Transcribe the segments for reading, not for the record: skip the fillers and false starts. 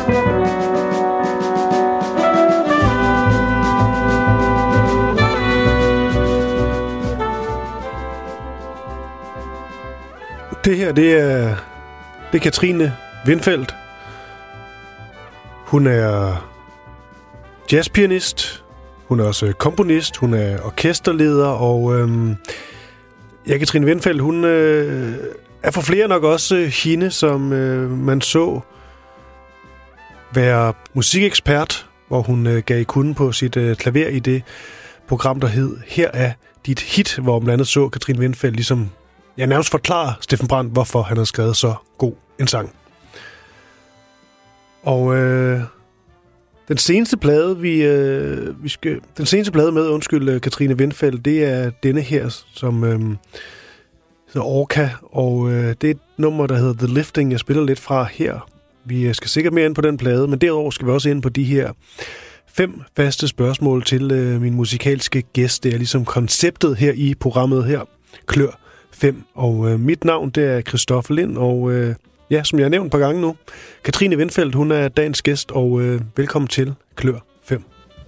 Det her, det er Katrine Windfeldt. Hun er jazzpianist, hun er også komponist, hun er orkesterleder, og Katrine Windfeldt, hun er for flere nok også hende, som man så være musikekspert, hvor hun gav kunden på sit klaver i det program, der hed Her er dit hit, hvor man blandt andet så Katrine Windfeldt ligesom nærmest forklare Steffen Brandt, hvorfor han havde skrevet så god en sang. Og den seneste plade, med Katrine Windfeldt, det er denne her, som hedder Orca, og det er et nummer, der hedder The Lifting, jeg spiller lidt fra her. Vi skal sikkert mere ind på den plade, men derudover skal vi også ind på de her 5 faste spørgsmål til min musikalske gæst. Det er ligesom konceptet her i programmet her, Klør 5. Og mit navn, det er Christoffer Lind, og som jeg har nævnt et par gange nu, Katrine Windfeldt, hun er dagens gæst, og velkommen til Klør 5.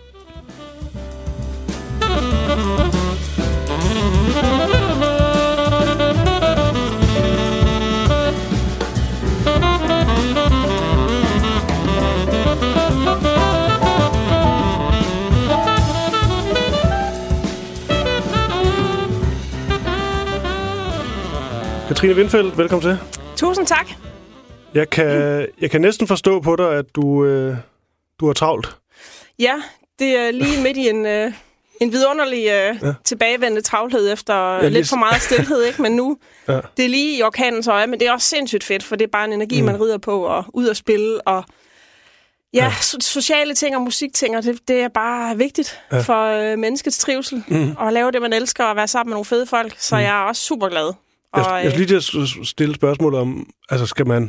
Katrine Windfeldt, velkommen til. Tusind tak. Jeg kan næsten forstå på dig, at du har travlt. Ja, det er lige midt i en vidunderlig tilbagevendende travlhed efter lidt for meget stilhed, ikke? Men nu, det er lige i orkanens øje, men det er også sindssygt fedt, for det er bare en energi, man rider på, og ud at spille, og sociale ting og musikting, og det er bare vigtigt for menneskets trivsel, at lave det, man elsker, og være sammen med nogle fede folk, så jeg er også super glad. Jeg skal lige stille spørgsmål om, altså skal man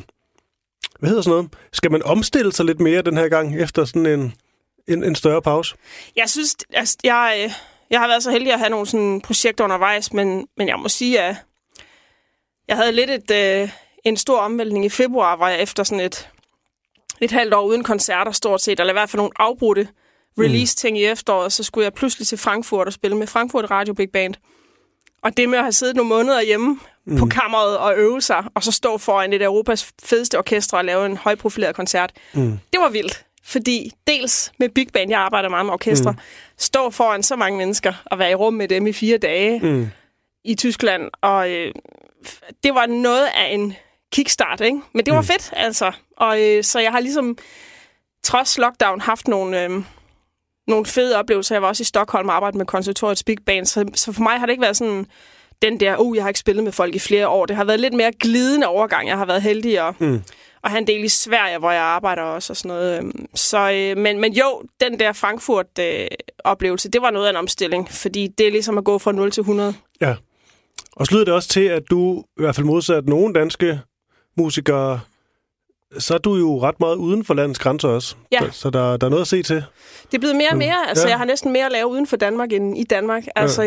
omstille sig lidt mere den her gang, efter sådan en større pause? Jeg synes, jeg har været så heldig at have nogle sådan projekter undervejs, men jeg må sige, at jeg havde lidt en stor omvæltning i februar, hvor jeg efter sådan et halvt år uden koncerter stort set, eller i hvert fald nogle afbrudte release-ting i efteråret, så skulle jeg pludselig til Frankfurt og spille med Frankfurt Radio Big Band. Og det med at have siddet nogle måneder hjemme på kammeret og øve sig, og så stå foran et af Europas fedeste orkestre og lave en højprofileret koncert, det var vildt. Fordi dels med Big Band, jeg arbejder meget med orkestre, stå foran så mange mennesker og være i rum med dem i 4 dage i Tyskland. Og det var noget af en kickstart, ikke? Men det var fedt, altså. Og så jeg har ligesom, trods lockdown, haft nogle fede oplevelser. Jeg var også i Stockholm og arbejdede med konservatoriets Big Band, så for mig har det ikke været sådan den der, jeg har ikke spillet med folk i flere år. Det har været lidt mere glidende overgang. Jeg har været heldig at have en del i Sverige, hvor jeg arbejder også og sådan noget. Men jo, den der Frankfurt-oplevelse, det var noget af en omstilling, fordi det er ligesom at gå fra 0 til 100. Ja, og så lyder det også til, at du, i hvert fald modsat nogle danske musikere, så er du jo ret meget uden for landets grænser også. Ja. Så der er noget at se til. Det er blevet mere og mere. Altså, jeg har næsten mere at lave uden for Danmark end i Danmark. Altså,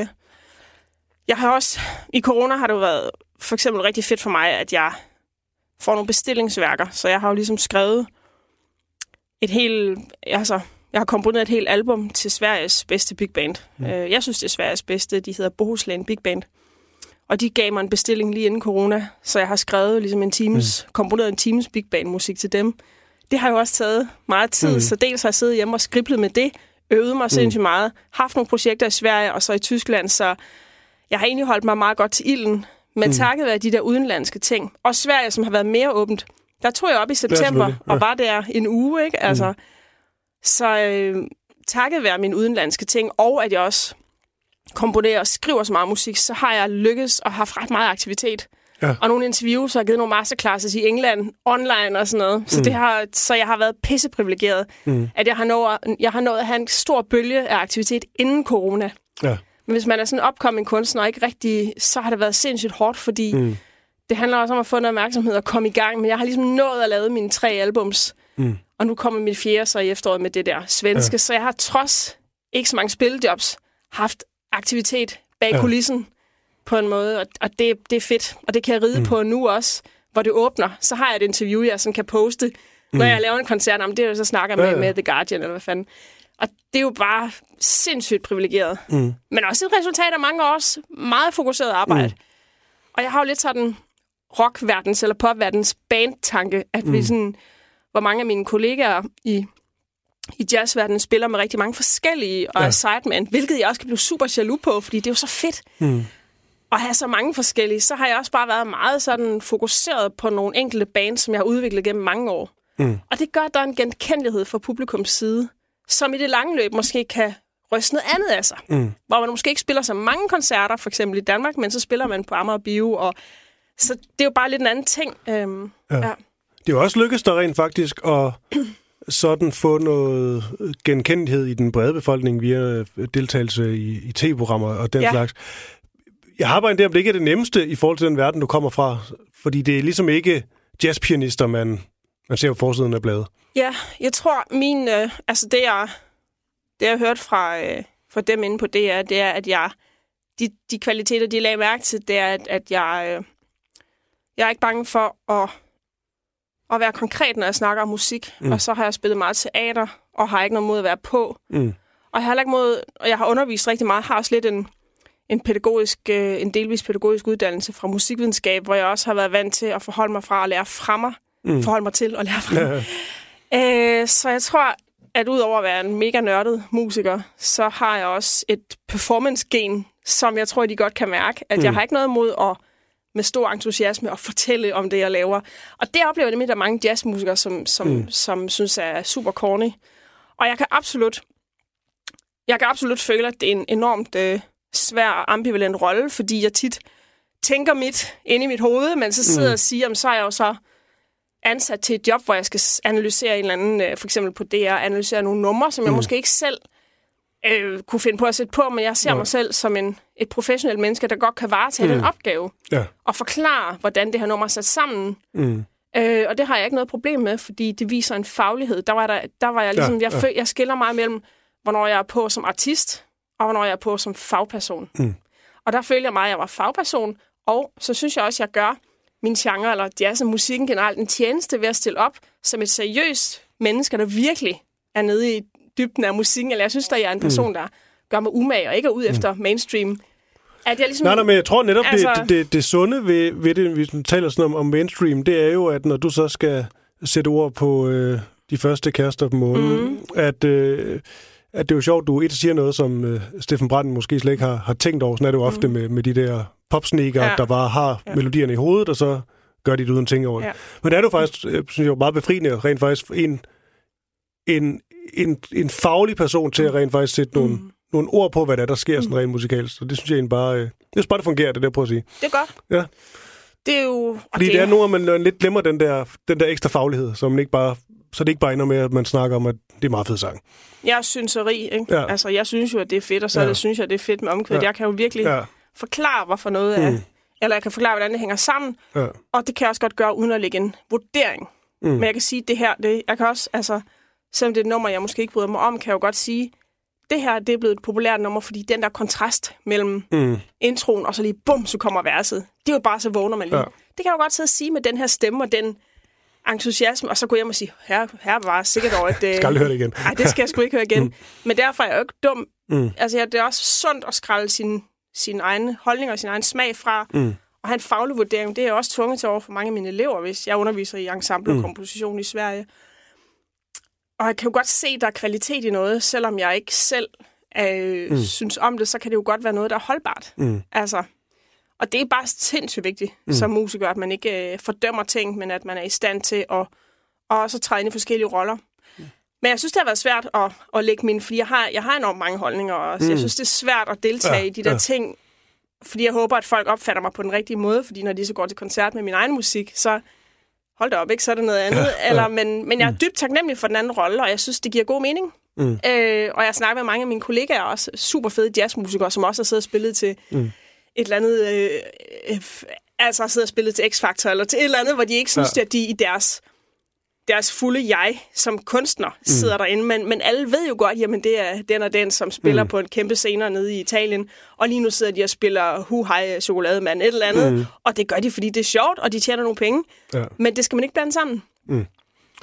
jeg har også... I corona har det jo været for eksempel rigtig fedt for mig, at jeg får nogle bestillingsværker. Så jeg har jo ligesom skrevet et helt... Jeg har komponeret et helt album til Sveriges bedste big band. Jeg synes, det er Sveriges bedste. De hedder Bohuslän Big Band. Og de gav mig en bestilling lige inden corona, så jeg har skrevet ligesom komponeret en times big band musik til dem. Det har jo også taget meget tid, så dels har jeg siddet hjemme og skriblet med det, øvet mig sindssygt meget, haft nogle projekter i Sverige og så i Tyskland, så jeg har egentlig holdt mig meget godt til ilden, men takket være de der udenlandske ting. Og Sverige, som har været mere åbent, der tog jeg op i september og var der en uge, ikke? Altså, så takket være mine udenlandske ting, og at jeg også komponerer og skriver så meget musik, så har jeg lykkes og haft ret meget aktivitet. Ja. Og nogle interviews, og har givet nogle masterclasses i England, online og sådan noget. Så jeg har været pisseprivilegeret, at jeg har nået at have en stor bølge af aktivitet inden corona. Ja. Men hvis man er sådan en upcoming kunstner og ikke rigtig, så har det været sindssygt hårdt, fordi det handler også om at få noget opmærksomhed og komme i gang. Men jeg har ligesom nået at lave mine 3 albums, og nu kommer mit 4. så i efteråret med det der svenske. Ja. Så jeg har trods ikke så mange spillejobs haft aktivitet bag kulissen på en måde, og det er fedt. Og det kan jeg ride på nu også, hvor det åbner. Så har jeg et interview, jeg sådan kan poste Når jeg laver en koncert, det er jo så snakker med The Guardian, eller hvad fanden. Og det er jo bare sindssygt privilegeret. Men også et resultat af mange års meget fokuseret arbejde. Og jeg har jo lidt sådan rockverdens eller popverdens bandtanke, at vi sådan, hvor mange af mine kollegaer i jazzverdenen spiller med rigtig mange forskellige og er sideman, hvilket jeg også kan blive super jaloux på, fordi det er jo så fedt. At have så mange forskellige, så har jeg også bare været meget sådan fokuseret på nogle enkelte bands, som jeg har udviklet gennem mange år. Og det gør, at der er en genkendelighed fra publikums side, som i det lange løb måske kan ryste noget andet af sig. Hvor man måske ikke spiller så mange koncerter, for eksempel i Danmark, men så spiller man på Amager Bio, og så det er jo bare lidt en anden ting. Det er jo også lykkedes der rent faktisk at sådan få noget genkendelighed i den brede befolkning via deltagelse i tv-programmer og den slags. Jeg har bare en idé om, det ikke er det nemmeste i forhold til den verden, du kommer fra, fordi det er ligesom ikke jazzpianister, man ser på forsiden af bladet. Ja, jeg tror, det jeg har hørt fra dem inde på DR, det er, at de kvaliteter, de lagde mærke til, det er, at jeg er ikke bange for at være konkret, når jeg snakker om musik. Og så har jeg spillet meget teater, og har ikke noget mod at være på. Og jeg har undervist rigtig meget, har også lidt en delvis pædagogisk uddannelse fra musikvidenskab, hvor jeg også har været vant til at forholde mig fra at lære fra mig. Forholde mig til at lære fra mig. Så jeg tror, at udover at være en mega nørdet musiker, så har jeg også et performance-gen, som jeg tror, de godt kan mærke. At jeg har ikke noget imod at med stor entusiasme at fortælle om det, jeg laver. Og det oplever jeg, at der er mange jazzmusikere, som synes er super corny. Og jeg kan absolut føle, at det er en enormt svær og ambivalent rolle, fordi jeg tit tænker mit inde i mit hoved, men så sidder jeg og siger, så er jeg jo så ansat til et job, hvor jeg skal analysere en eller anden, for eksempel på DR, analysere nogle numre, som jeg måske ikke selv kunne finde på at sætte på, men jeg ser mig selv som et professionelt menneske, der godt kan varetage den opgave, og forklare, hvordan det her nummer er sat sammen. Og det har jeg ikke noget problem med, fordi det viser en faglighed. Der var jeg ligesom, jeg skiller meget mellem, hvornår jeg er på som artist, og hvornår jeg er på som fagperson. Og der følte jeg meget, at jeg var fagperson, og så synes jeg også, at jeg gør min genre, eller jazz og musikken generelt, en tjeneste ved at stille op som et seriøst menneske, der virkelig er nede i dybden af musikken, eller jeg synes, der er en person, der gør mig umage, og ikke er ude efter mainstream. At jeg ligesom, nej, men jeg tror netop, det sunde ved det, hvis man taler sådan om mainstream, det er jo, at når du så skal sætte ord på de første kærester på månen, at det er jo sjovt, du siger noget, som Steffen Brandt måske slet ikke har tænkt over. Sådan er det jo ofte med de der popsneakere, der bare har melodierne i hovedet, og så gør de det uden ting over det. Men det er jo faktisk, synes jeg, meget befriende, rent faktisk en faglig person til at rent faktisk sætte nogle ord på, hvad der sker sådan rent musikalsk. Så det synes jeg egentlig bare, det fungerer, det der på at sige. Det er godt. Ja. Det er jo... Fordi det er nu, at man lidt glemmer den der ekstra faglighed, så det ikke bare ender med, at man snakker om, at det er meget fed sang. Jeg er synseri, ikke? Ja. Altså, jeg synes jo, at det er fedt, og så synes jeg, det er fedt med omkvædet. Jeg kan jo virkelig forklare, hvorfor noget er... Eller jeg kan forklare, hvordan det hænger sammen. Ja. Og det kan jeg også godt gøre, uden at lægge en vurdering. Men jeg kan sige, det her... jeg kan også, altså... Selvom det er et nummer, jeg måske ikke bryder mig om, kan jeg jo godt sige, det her det er blevet et populært nummer, fordi den der kontrast mellem introen, og så lige bum, så kommer verset. Det er jo bare så vågner man lige. Ja. Det kan jeg jo godt sidde og sige med den her stemme og den entusiasme, og så gå hjem og sige, her var sikkert over, at... skal aldrig høre det igen. Nej, det skal jeg sgu ikke høre igen. Men derfor er jeg jo ikke dum. Altså, det er også sundt at skralde sin egne holdninger og sin egen smag fra, og have en faglig vurdering. Det er jeg også tvunget til over for mange af mine elever, hvis jeg underviser i ensemblekomposition i Sverige. Og jeg kan jo godt se, at der er kvalitet i noget, selvom jeg ikke selv synes om det, så kan det jo godt være noget, der er holdbart. Altså, og det er bare sindssygt vigtigt som musiker, at man ikke fordømmer ting, men at man er i stand til at også træde ind i forskellige roller. Men jeg synes, det har været svært at lægge mine, fordi jeg har enormt mange holdninger, og jeg synes, det er svært at deltage i de der ting, fordi jeg håber, at folk opfatter mig på den rigtige måde, fordi når de så går til koncert med min egen musik, så hold da op, ikke? Så er det noget andet. Men jeg er dybt taknemmelig for den anden rolle, og jeg synes, det giver god mening. Og jeg snakker med mange af mine kollegaer, også super fede jazzmusikere, som også har siddet og spillet til et eller andet... altså har siddet og spillet til X-Factor, eller til et eller andet, hvor de ikke synes, at de i deres fulde jeg som kunstner sidder derinde. Men alle ved jo godt, jamen det er den og den, som spiller på en kæmpe scene nede i Italien, og lige nu sidder de og spiller Hu-Hej Chokolademand, et eller andet, og det gør de, fordi det er sjovt, og de tjener nogle penge. Ja. Men det skal man ikke blande sammen.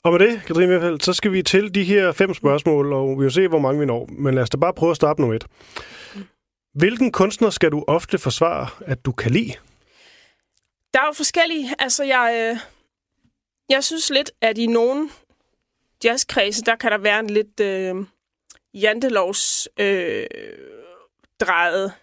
Og med det, Katrine Windfeldt, så skal vi til de her 5 spørgsmål, og vi vil se, hvor mange vi når. Men lad os da bare prøve at starte nummer 1. Hvilken kunstner skal du ofte forsvare, at du kan lide? Der er jo forskellige. Altså, jeg synes lidt, at i nogle jazzkredse, der kan der være en lidt jantelovs drejet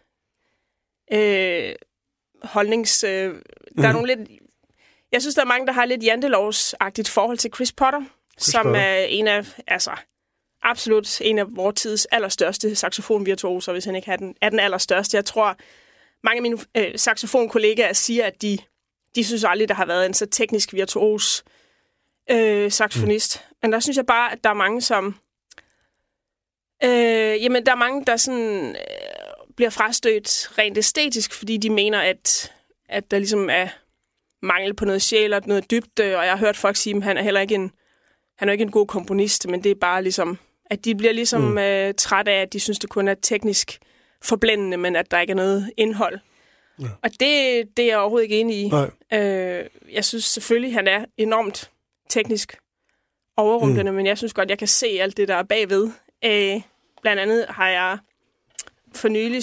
holdnings... Der er nogle lidt... Jeg synes, der er mange, der har lidt jantelovsagtigt forhold til Chris Potter, som er en af... Altså, absolut en af vores tids allerstørste saxofonvirtuoser, hvis han ikke er den allerstørste. Jeg tror, mange af mine saxofonkollegaer siger, at de synes aldrig, der har været en så teknisk virtuos saxofonist. Men der synes jeg bare, at der er mange, som... der er mange, der sådan bliver frastødt rent æstetisk, fordi de mener, at der ligesom er mangel på noget sjæl og noget dybde, og jeg har hørt folk sige, at han er heller ikke en god komponist, men det er bare ligesom, at de bliver ligesom træt af, at de synes, det kun er teknisk forblændende, men at der ikke er noget indhold. Ja. Og det er jeg overhovedet ikke enig i. Jeg synes selvfølgelig, han er enormt teknisk overrumplende, men jeg synes godt, jeg kan se alt det, der er bagved. Blandt andet har jeg for nylig,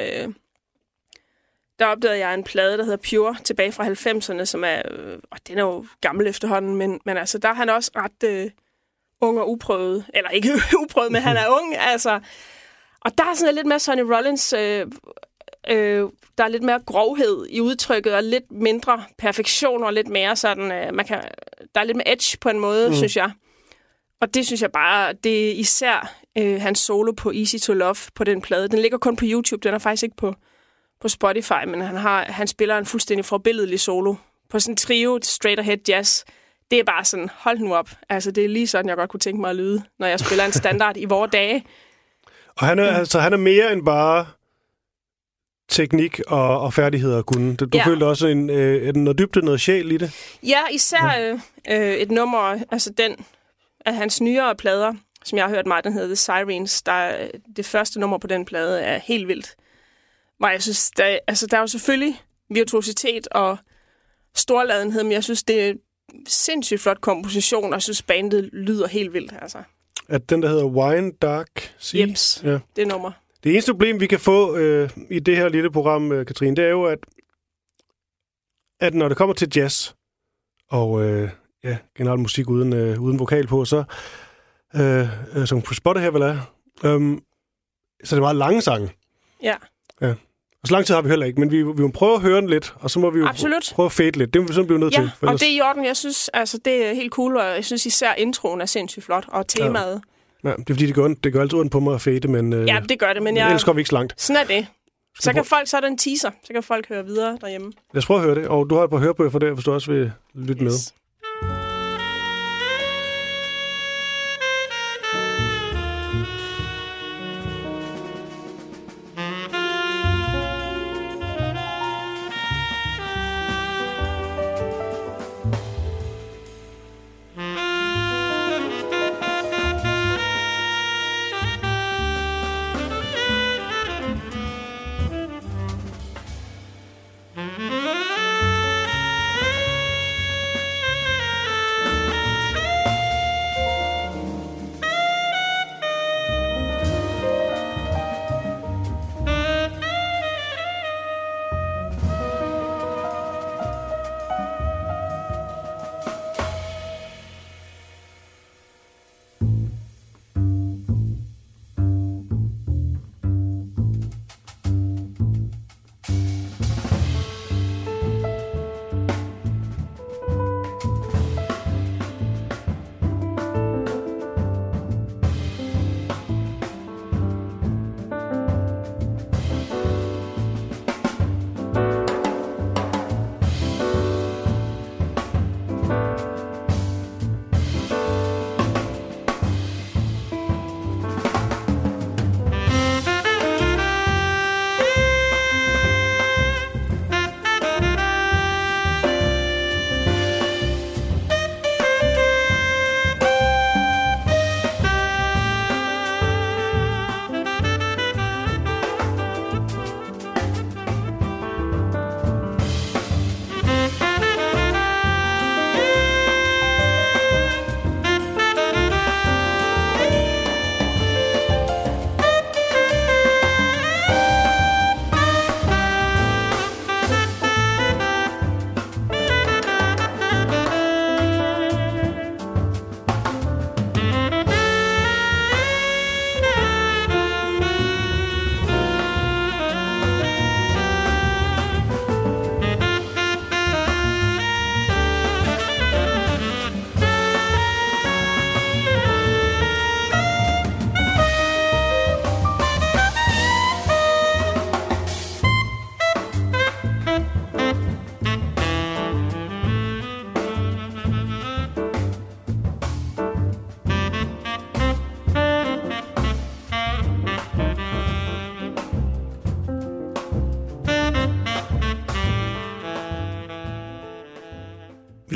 der opdagede jeg en plade, der hedder Pure, tilbage fra 90'erne, som er, og den er jo gammel efterhånden, men altså, der er han også ret ung og uprøvet, eller ikke uprøvet, men han er ung, altså. Og der er sådan lidt mere Sonny Rollins, der er lidt mere grovhed i udtrykket, og lidt mindre perfektion, og lidt mere sådan, der er lidt mere edge på en måde, synes jeg. Og det synes jeg bare, det er især hans solo på Easy to Love på den plade. Den ligger kun på YouTube, den er faktisk ikke på Spotify, men han spiller en fuldstændig forbilledlig solo på sådan en trio, straight ahead jazz. Det er bare sådan, hold nu op. Altså, det er lige sådan, jeg godt kunne tænke mig at lyde, når jeg spiller en standard i vore dage. Og han er mere end bare teknik og færdigheder at kunne. Du følte også noget dybde, noget sjæl i det? Ja, især et nummer, altså den af hans nyere plader, som jeg har hørt meget, den hedder The Sirens. Det første nummer på den plade er helt vildt. Hvor jeg synes, der er jo selvfølgelig virtuositet og storladenhed, men jeg synes, det er sindssygt flot komposition, og jeg synes, bandet lyder helt vildt. Altså. At den, der hedder Wine Dark Sea? Jeps, ja. Det nummer. Det eneste problem, vi kan få i det her lille program, Katrine, det er jo, at når det kommer til jazz og generelt musik uden vokal på, så som på spottet her vel er, så det er meget lange sange. Ja. Og så lang tid har vi heller ikke, men vi må prøve at høre den lidt, og så må vi jo prøve at fade lidt. Det må vi sådan blive nødt til. Ja, og det er i orden. Jeg synes, altså, det er helt cool, og jeg synes især introen er sindssygt flot, og temaet. Ja, det er fordi, det gør altid ondt på mig at fade, men... ja, det gør det, men ellers kommer vi ikke så langt. Sådan er det. Så er der en teaser. Så kan folk høre videre derhjemme. Lad os prøve at høre det, og du har et par hørebøger for det, hvis du også vil lytte med.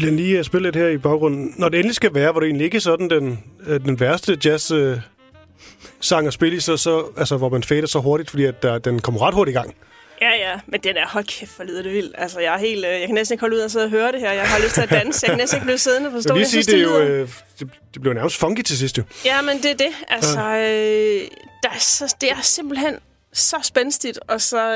kan lige spille lidt her i baggrunden. Når det endelig skal være, hvor det egentlig ikke er sådan den værste jazz sang at spille i, så altså, hvor man fader så hurtigt, fordi at den kommer ret hurtigt i gang. Ja, men den er, hold kæft, hvor lyder det vildt. Altså, jeg kan næsten ikke holde ud og sidde og høre det her. Jeg har lyst til at danse. Jeg kan næsten ikke blive siddende på stolen. Jeg vil lige sige, det blev nærmest funky til sidst, jo. Ja, men det er det. Altså, det er simpelthen så spændstigt, og så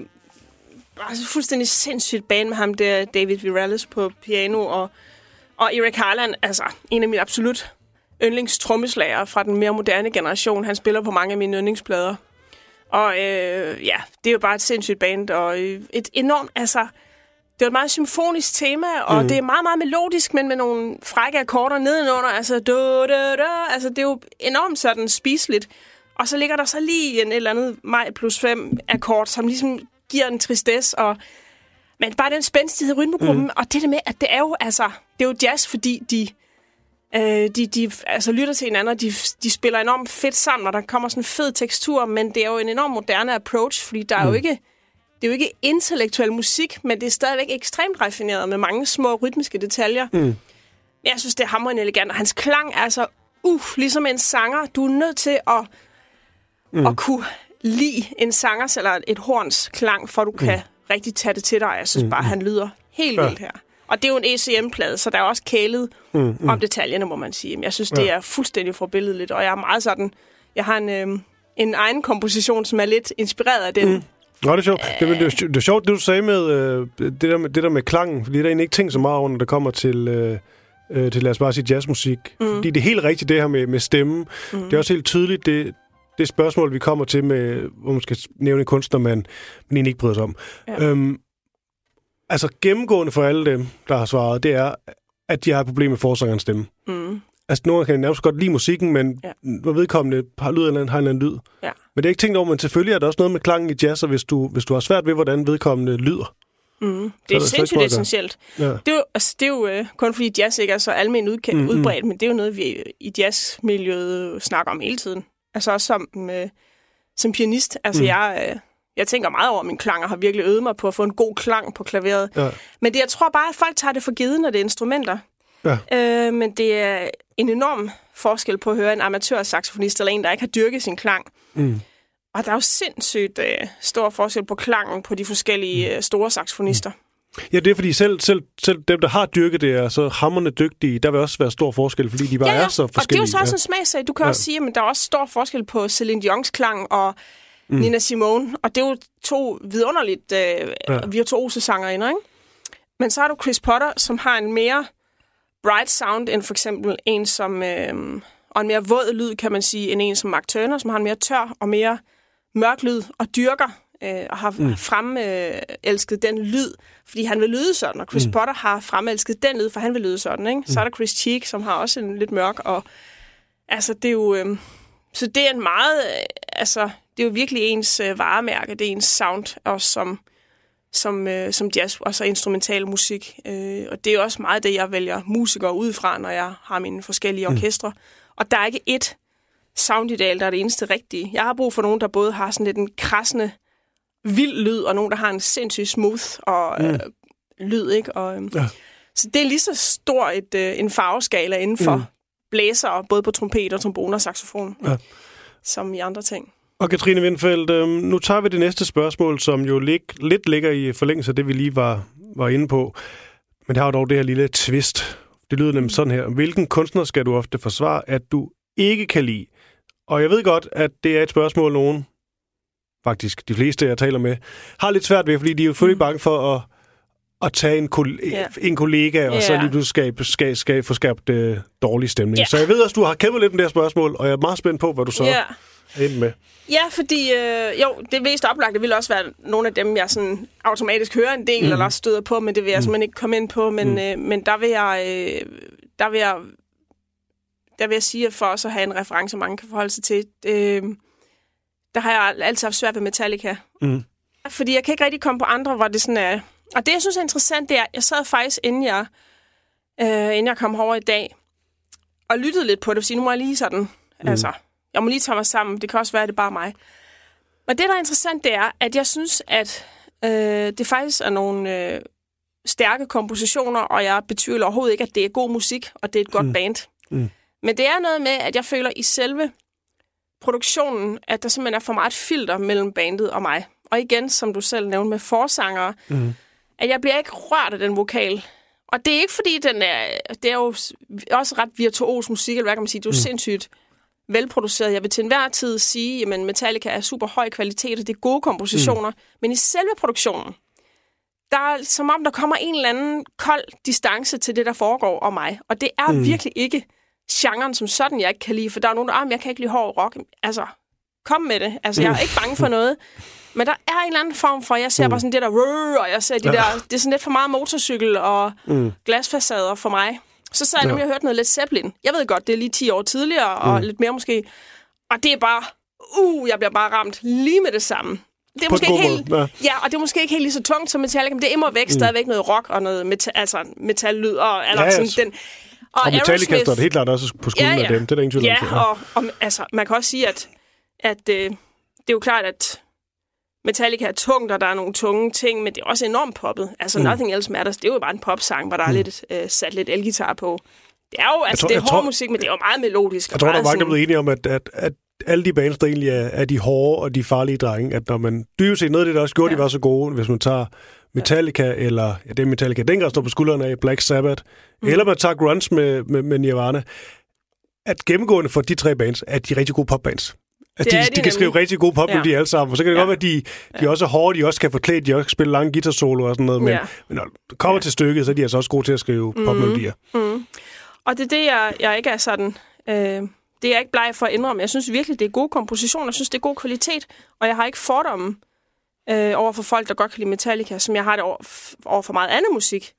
fuldstændig sindssygt band med ham der, David Virales på piano, og Eric Harland, altså en af mine absolut yndlingstrommeslagere fra den mere moderne generation. Han spiller på mange af mine yndlingsplader. Og det er jo bare et sindssygt band, og et enormt, altså, det er et meget symfonisk tema, og det er meget, meget melodisk, men med nogle frække akkorder nedenunder, altså, altså, det er jo enormt sådan spiseligt. Og så ligger der så lige en eller anden maj plus 5 akkord, som ligesom giver en tristesse, men bare den spændstighed i rytmegruppen, og det med, at det er jo jazz, fordi de altså lytter til hinanden, og de spiller enormt fedt sammen, og der kommer sådan en fed tekstur, men det er jo en enormt moderne approach, fordi der er jo ikke, det er jo ikke intellektuel musik, men det er stadigvæk ekstremt raffineret med mange små rytmiske detaljer. Men jeg synes, det er hamrende elegant, og hans klang er altså, ligesom en sanger. Du er nødt til at kunne lide en sangers eller et horns klang, for du kan rigtig tage det til dig. Jeg synes bare, han lyder helt vildt her. Og det er jo en ECM-plade, så der er også kælet om detaljerne, må man sige. Men jeg synes, det er fuldstændig forbilledeligt, og jeg er meget sådan... Jeg har en egen komposition, som er lidt inspireret af den. Nå, det er sjovt. Det er sjovt, det du sagde med det der med klangen, fordi der er egentlig ikke ting så meget over, når det kommer til lad os bare sige jazzmusik. Fordi det er helt rigtigt, det her med stemmen. Det er også helt tydeligt, det spørgsmål, vi kommer til med, hvor man skal nævne en kunstner, man egentlig ikke bryder sig om. Ja. Altså gennemgående for alle dem, der har svaret, det er, at de har et problem med forsangerens stemme. Altså nogen kan nærmest godt lide musikken, men hvor vedkommende har en eller anden lyd. Ja. Men det er ikke tænkt over, men selvfølgelig er der også noget med klangen i jazz, og hvis du har svært ved, hvordan vedkommende lyder. Det er sindssygt essentielt. Ja. Det er jo kun fordi jazz ikke er så almindeligt udbredt, men det er jo noget, vi i jazzmiljøet snakker om hele tiden. Altså også som pianist. Altså jeg tænker meget over min klang, og har virkelig øvet mig på at få en god klang på klaveret. Ja. Men jeg tror bare, at folk tager det for givet, når det er instrumenter. Ja. Men det er en enorm forskel på at høre en amatørsaxofonist eller en, der ikke har dyrket sin klang. Og der er jo sindssygt stor forskel på klangen på de forskellige store saxofonister. Ja, det er fordi selv dem, der har dyrket det, er så hamrende dygtige, der vil også være stor forskel, fordi de bare er så forskellige. Og det er jo så også en smagsag. Du kan også sige, at der er også stor forskel på Celine Dion's klang og Nina Simone, og det er jo to vidunderligt virtuose sangerinder, ikke? Men så har du Chris Potter, som har en mere bright sound end for eksempel en som... og en mere våd lyd, kan man sige, end en som Mark Turner, som har en mere tør og mere mørk lyd, og dyrker og har fremelsket den lyd, fordi han vil lyde sådan, og Chris Potter har fremelsket den lyd, for han vil lyde sådan, ikke? Så er der Chris Cheek, som har også en lidt mørk, og altså, det er jo... så det er en meget... altså, det er jo virkelig ens varemærke, det er ens sound, også som jazz, og så instrumental musik. Og det er også meget det, jeg vælger musikere ud fra, når jeg har mine forskellige orkestre. Og der er ikke ét soundideal, der er det eneste rigtige. Jeg har brug for nogen, der både har sådan lidt en krassende, vild lyd, og nogen, der har en sindssygt smooth og lyd, ikke? Og, så det er lige så stor en farveskala inden for blæser, både på trompet og trombone og saxofon, som i andre ting. Og Katrine Windfeldt, nu tager vi det næste spørgsmål, som jo lidt ligger i forlængelse af det, vi lige var inde på. Men der har jo dog det her lille twist. Det lyder nemlig sådan her. Hvilken kunstner skal du ofte forsvare, at du ikke kan lide? Og jeg ved godt, at det er et spørgsmål, nogen, faktisk de fleste, jeg taler med, har lidt svært ved, fordi de er jo selvfølgelig bange for at tage en kollega, og så lige pludselig skal få skabt dårlig stemning. Så jeg ved også, du har kæmpet lidt med det her spørgsmål, og jeg er meget spændt på, hvad du så er inde med. Ja, fordi det mest oplagte vil også være nogle af dem, jeg sådan automatisk hører en del, eller støder på, men det vil jeg simpelthen ikke komme ind på. Men der vil jeg sige, at for os at have en reference, mange kan forholde sig til, der har jeg altid haft svært ved Metallica. Fordi jeg kan ikke rigtig komme på andre, hvor det sådan er... Og det, jeg synes er interessant, det er, jeg sad faktisk, inden jeg kom herover i dag, og lyttede lidt på det, fordi nu må jeg lige sådan... Altså, jeg må lige tage mig sammen. Det kan også være, at det er bare mig. Og det, der er interessant, det er, at jeg synes, at det faktisk er nogle stærke kompositioner, og jeg betvivler overhovedet ikke, at det er god musik, og det er et godt band. Men det er noget med, at jeg føler i selve produktionen, at der simpelthen er for meget filter mellem bandet og mig. Og igen, som du selv nævnte med forsangere, at jeg bliver ikke rørt af den vokal. Og det er ikke fordi, det er jo også ret virtuos musik, eller hvad kan man sige, det er jo sindssygt velproduceret. Jeg vil til enhver tid sige, at Metallica er super høj kvalitet, og det er gode kompositioner. Men i selve produktionen, der er som om, der kommer en eller anden kold distance til det, der foregår om mig. Og det er virkelig ikke genren som sådan, jeg ikke kan lide. For der er nogen, der jeg kan ikke lide hård rock. Altså, kom med det. Altså, jeg er ikke bange for noget. Men der er en eller anden form for, jeg ser bare sådan det der, og jeg ser de der, det er sådan lidt for meget motorcykel og glasfacader for mig. Så sad jeg nemlig og hørte noget Led Zeppelin. Jeg ved godt, det er lige 10 år tidligere, og lidt mere måske. Og det er bare, jeg bliver bare ramt lige med det samme. Det er måske ikke helt, og det er måske ikke helt lige så tungt som Metallica, men det er immer væk stadigvæk noget rock og noget metallyd og eller sådan den. Og Metallica står det helt klart også på skulderen af dem. Det er der ingen tvivl om. Og altså, man kan også sige, at det er jo klart, at Metallica er tungt, og der er nogle tunge ting, men det er også enormt poppet. Altså, Nothing Else Matters, det er jo bare en popsang, hvor der er lidt sat lidt elgitar på. Det er jo, altså, det er hård musik, men det er jo meget melodisk. Jeg tror, der er mange, der er blevet enige om, at alle de bands, der egentlig er de hårde og de farlige drenge, at når man dybest set noget af det, der også gjorde, de var så gode, hvis man tager Metallica, eller det er Metallica, den grad står på skuldrene af Black Sabbath, eller man tager grunge med Nirvana, at gennemgående for de tre bands, er de rigtig gode popbands. At de kan skrive rigtig gode popmelodier alle sammen, og så kan det godt være, at de også er hårde, de også kan forklæde, de også kan spille lange guitarsolo og sådan noget, men når det kommer til stykket, så er de altså også gode til at skrive popmelodier. Og det er det, jeg ikke er sådan... det er jeg ikke bleg for at indrømme. Jeg synes virkelig, det er gode kompositioner. Jeg synes, det er god kvalitet. Og jeg har ikke fordomme over for folk, der godt kan lide Metallica, som jeg har det over for meget andet musik.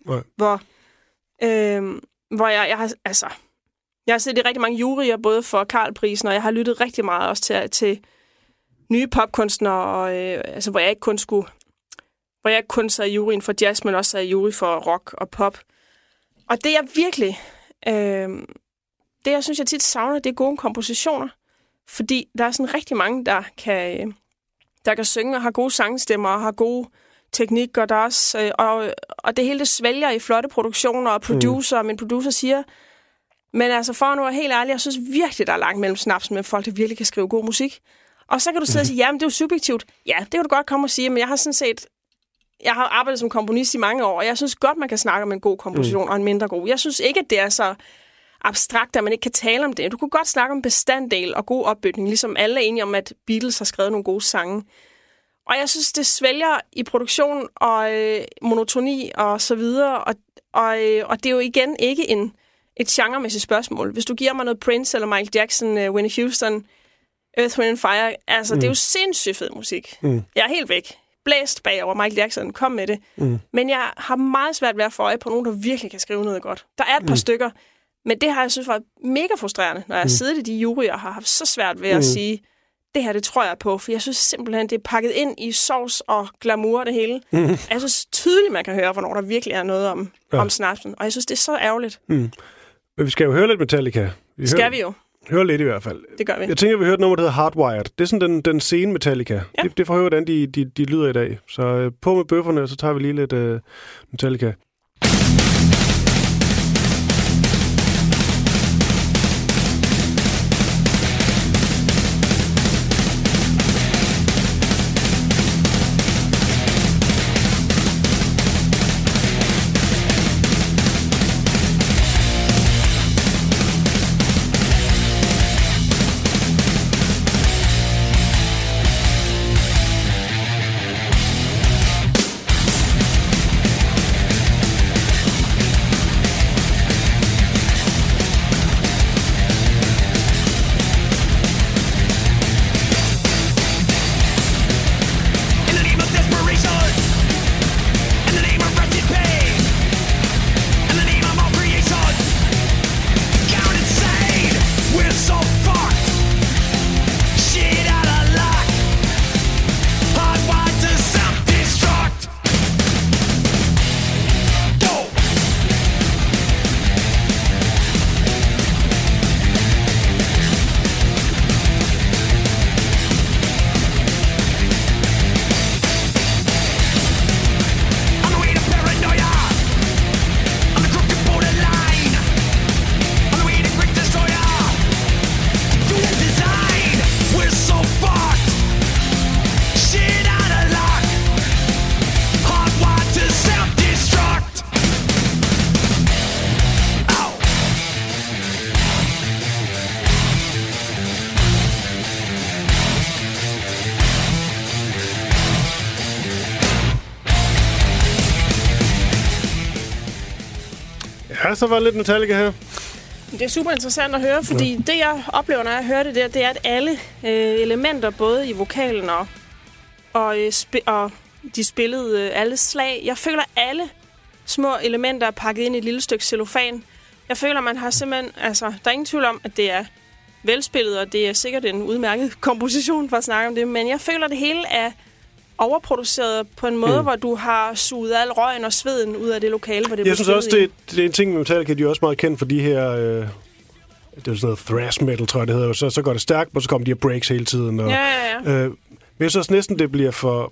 Hvor jeg har... Altså, jeg har set i rigtig mange juryer, både for Carl-prisen, og jeg har lyttet rigtig meget også til nye popkunstnere, og, altså, hvor jeg ikke kun sad i juryen for jazz, men også sad i jury for rock og pop. Og det jeg virkelig... det, jeg synes, jeg tit savner, det er gode kompositioner. Fordi der er sådan rigtig mange, der kan synge og har gode sangstemmer og har gode teknik. Og, der er også, og det hele det svælger i flotte produktioner og producer. Min producer siger... Men altså, for nu at være helt ærlig, jeg synes virkelig, der er langt mellem snapsen med folk, der virkelig kan skrive god musik. Og så kan du sidde og sige, jamen det er jo subjektivt. Ja, det kan du godt komme og sige, men jeg har arbejdet som komponist i mange år, og jeg synes godt, man kan snakke om en god komposition og en mindre god. Jeg synes ikke, at det er så abstrakt, at man ikke kan tale om det. Du kunne godt snakke om bestanddel og god opbygning, ligesom alle er enige om, at Beatles har skrevet nogle gode sange. Og jeg synes, det svælger i produktion og monotoni og så videre, og det er jo igen ikke et genremæssigt spørgsmål. Hvis du giver mig noget Prince eller Michael Jackson, Whitney Houston, Earth, Wind & Fire, altså det er jo sindssygt fed musik. Jeg er helt væk. Blæst bagover Michael Jackson, kom med det. Men jeg har meget svært ved at få øje på nogen, der virkelig kan skrive noget godt. Der er et par stykker, men det har jeg synes var mega frustrerende, når jeg sidder i de juryer og har haft så svært ved at sige, det her, det tror jeg på, for jeg synes simpelthen, det er pakket ind i sovs og glamour det hele. Jeg synes tydeligt, man kan høre, hvornår der virkelig er noget om snapsen, og jeg synes, det er så ærgerligt. Men vi skal jo høre lidt Metallica. Vi jo. Høre lidt i hvert fald. Det gør vi. Jeg tænker, vi hører et nummer, der hedder Hardwired. Det er sådan den scene Metallica. Ja. Det får høre, hvordan de lyder i dag. Så på med bøfferne, og så tager vi lige lidt Metallica. Ja, så var det lidt Metallica her. Det er super interessant at høre, fordi det, jeg oplever, når jeg hører det der, det er, at alle elementer, både i vokalen og de spillede alle slag, jeg føler, alle små elementer er pakket ind i et lille stykke cellofan. Jeg føler, man har simpelthen... Altså, der er ingen tvivl om, at det er velspillet, og det er sikkert en udmærket komposition for at snakke om det, men jeg føler, at det hele er overproduceret på en måde, hvor du har suget al røgen og sveden ud af det lokale, hvor det jeg synes også, det er en ting med Metallica, de er også meget kendt for de her... det er sådan noget thrash metal, tror jeg, det hedder. Så går det stærkt, og så kommer de her breaks hele tiden. Og, men jeg synes næsten, det bliver for...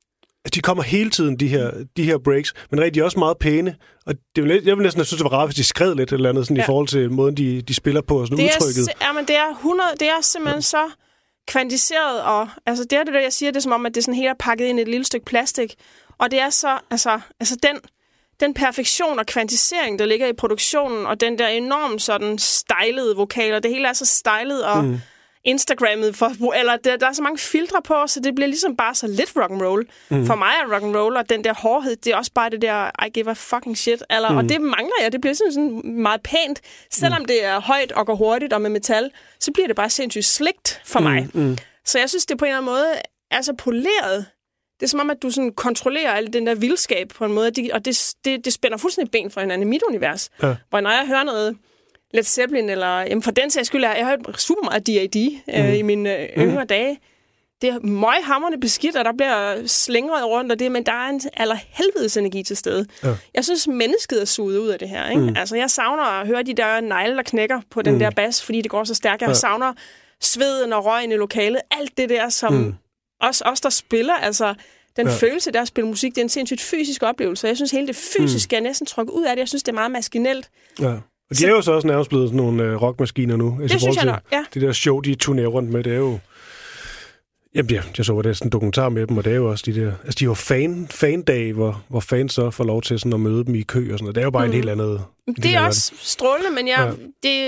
De kommer hele tiden, de her breaks, men rigtig også meget pæne. Og det er lidt, jeg vil næsten synes, det var rart, hvis de skred lidt eller andet sådan, i forhold til måden, de spiller på og sådan udtrykket. Men det er simpelthen så kvantiseret, og altså, det er det, jeg siger, det er som om, at det er sådan helt pakket ind i et lille stykke plastik. Og det er så, altså den perfektion og kvantisering, der ligger i produktionen, og den der enormt sådan stylede vokaler, det hele er så stylet og Instagrammet, eller der er så mange filtre på, så det bliver ligesom bare så lidt rock'n'roll. For mig er rock'n'roll, og den der hårdhed, det er også bare det der, I give a fucking shit. Og det mangler jeg, det bliver sådan meget pænt. Selvom det er højt og går hurtigt og med metal, så bliver det bare sindssygt slikt for mig. Så jeg synes, det på en eller anden måde er så poleret. Det er som om, at du sådan kontrollerer al den der vildskab på en måde, og det spænder fuldstændig ben for hinanden i mit univers. Ja. Hvor når jeg hører noget Led Zeppelin, eller jamen for den sags skyld, jeg har hørt super meget D.A.D. I mine yngre dage. Det er møghamrende beskidt, og der bliver slingret rundt og det, men der er en allerhelvedes energi til stede. Ja. Jeg synes, mennesket er suget ud af det her. Ikke? Altså, jeg savner at høre de der negle, der knækker på den der bas, fordi det går så stærkt. Jeg savner sveden og røgen i lokalet. Alt det der, som os der spiller, altså den følelse der at spille musik, det er en sindssygt fysisk oplevelse. Jeg synes, hele det fysiske er næsten trukket ud af det. Jeg synes, det er meget maskinelt. Ja. Og de er jo så også nærmest blevet sådan nogle rockmaskiner nu. Det synes jeg nok, ja. Det der show, de turnerer rundt med, det er jo... Jamen, jeg så, at det er sådan en dokumentar med dem, og det er jo også de der... Altså, de er jo fan-dage, hvor fans så får lov til sådan at møde dem i kø og sådan noget. Det er jo bare en helt andet... Det er også strålende, men jeg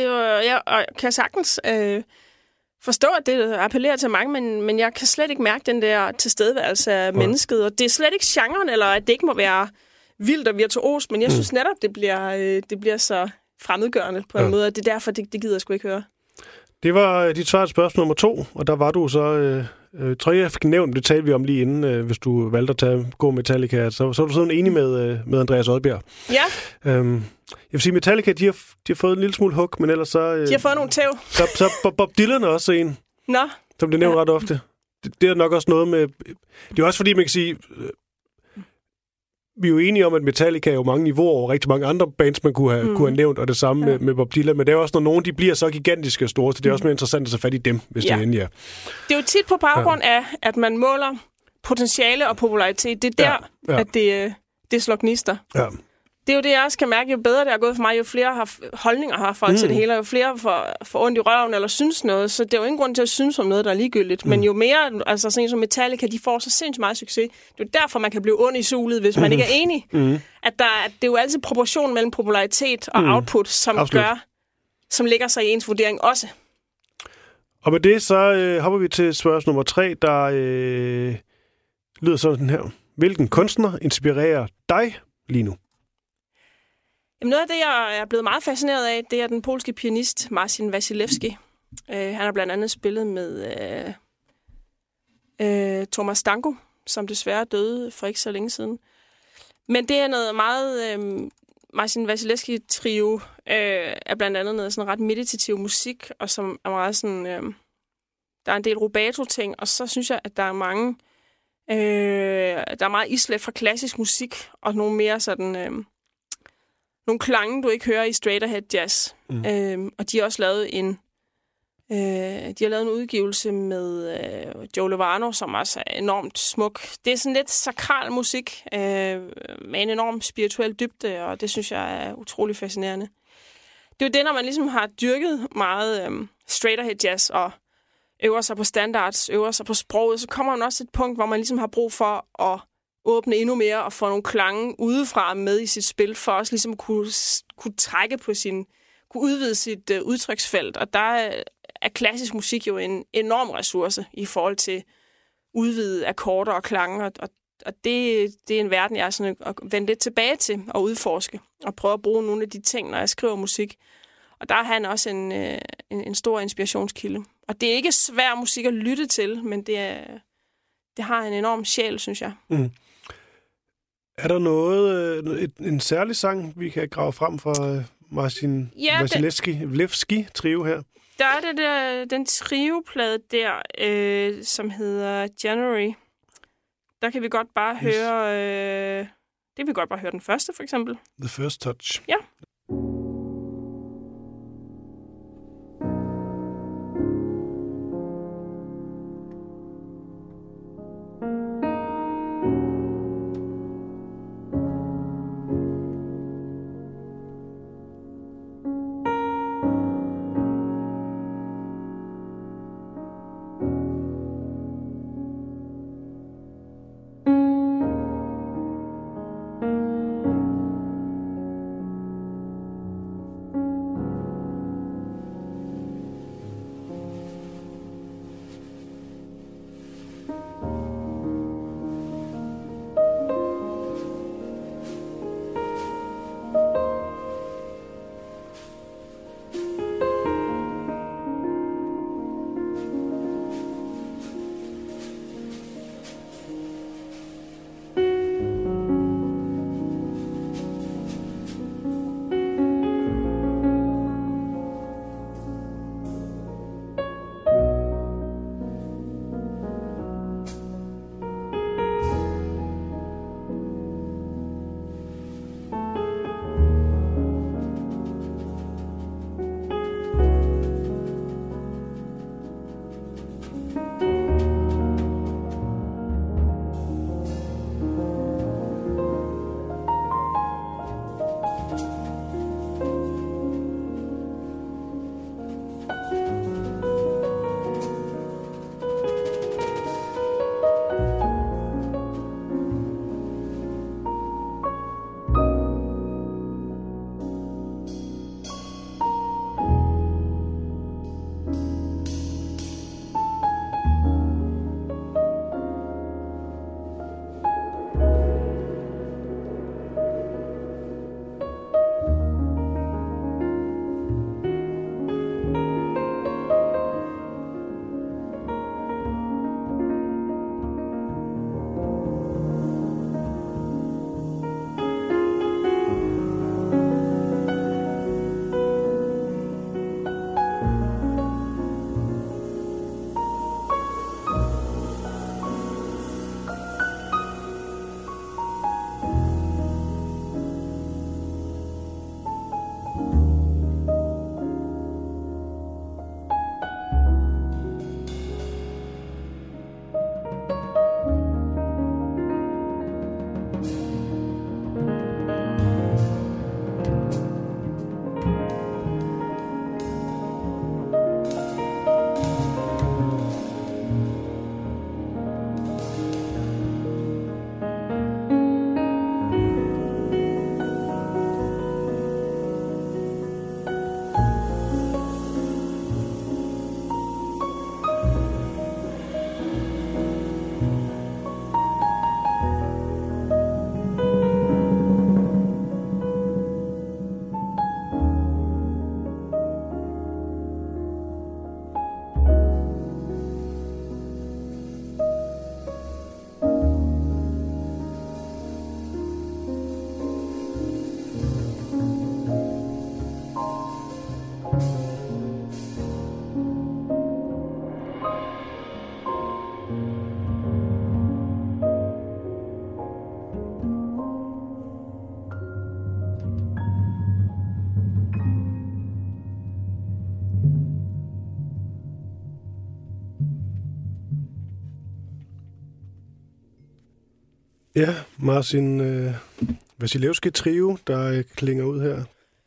kan sagtens forstå, at det appellerer til mange, men jeg kan slet ikke mærke den der tilstedeværelse af mennesket, og det er slet ikke genren, eller at det ikke må være vildt og virtuost, men jeg synes netop, det bliver så fremmedgørende på en måde, og det er derfor, det gider jeg sgu ikke høre. Det var dit svar til spørgsmål nummer 2, og der var du så... tror jeg fik nævnt, det talte vi om lige inden, hvis du valgte at tage god Metallica, så er du sådan enig med Andreas Odbjerg. Ja. Jeg vil sige, Metallica, de har fået en lille smule hug, men ellers så... de har fået nogle tæv. Så Bob Dylan er også en, som det nævnt ret ofte. Det er nok også noget med... Det er også fordi, man kan sige... Vi er jo enige om, at Metallica er jo mange niveauer over rigtig mange andre bands, man kunne have nævnt, og det samme med Bob Dylan. Men det er også, når nogen de bliver så gigantiske og store, så det er også mere interessant at tage fat i dem, hvis det endelig er. Det er jo tit på baggrund af, at man måler potentiale og popularitet. Det er der, at det slår gnister. Ja. Det er jo det, jeg også kan mærke. Jo bedre det er gået for mig, jo flere holdninger har folk til det hele, og jo flere får ondt i røven eller synes noget. Så det er jo ingen grund til at synes om noget, der er ligegyldigt. Men jo mere, altså sådan som Metallica, de får så sindssygt meget succes. Det er jo derfor, man kan blive ond i sulet, hvis man ikke er enig. At det er jo altid proportion mellem popularitet og output, som ligger sig i ens vurdering også. Og med det, så hopper vi til spørgsmål nummer 3, der lyder sådan her. Hvilken kunstner inspirerer dig lige nu? Jamen noget af det, jeg er blevet meget fascineret af, det er den polske pianist Marcin Wasilewski. Han har blandt andet spillet med Tomasz Danko, som desværre døde for ikke så længe siden. Men det er noget meget... Marcin Wasilewski-trio er blandt andet noget sådan ret meditativ musik, og som er meget sådan... der er en del rubato-ting, og så synes jeg, at der er mange... der er meget islet fra klassisk musik, og nogle mere sådan... nogle klange, du ikke hører i straight ahead jazz. Og de har også lavet en udgivelse med Joe Lovano, som også er enormt smuk. Det er sådan lidt sakral musik med en enorm spirituel dybde, og det synes jeg er utrolig fascinerende. Det er jo det, når man ligesom har dyrket meget straight ahead jazz og øver sig på standards, øver sig på sproget, så kommer man også et punkt, hvor man ligesom har brug for at åbne endnu mere og få nogle klange udefra med i sit spil, for også ligesom kunne trække på kunne udvide sit udtryksfelt. Og der er klassisk musik jo en enorm ressource i forhold til udvide akkorder og klange, og det er en verden, jeg er sådan at vende lidt tilbage til og udforske, og prøve at bruge nogle af de ting, når jeg skriver musik. Og der er han også en stor inspirationskilde. Og det er ikke svær musik at lytte til, men det har en enorm sjæl, synes jeg. Mm. Er der noget, en særlig sang, vi kan grave frem fra Marcin Wasilewski-trio her? Der er den trioplade der, som hedder January. Der kan vi godt bare høre... det kan vi godt bare høre den første, for eksempel. The First Touch. Ja. Ja, Marcin Wasilewski-trio, der klinger ud her.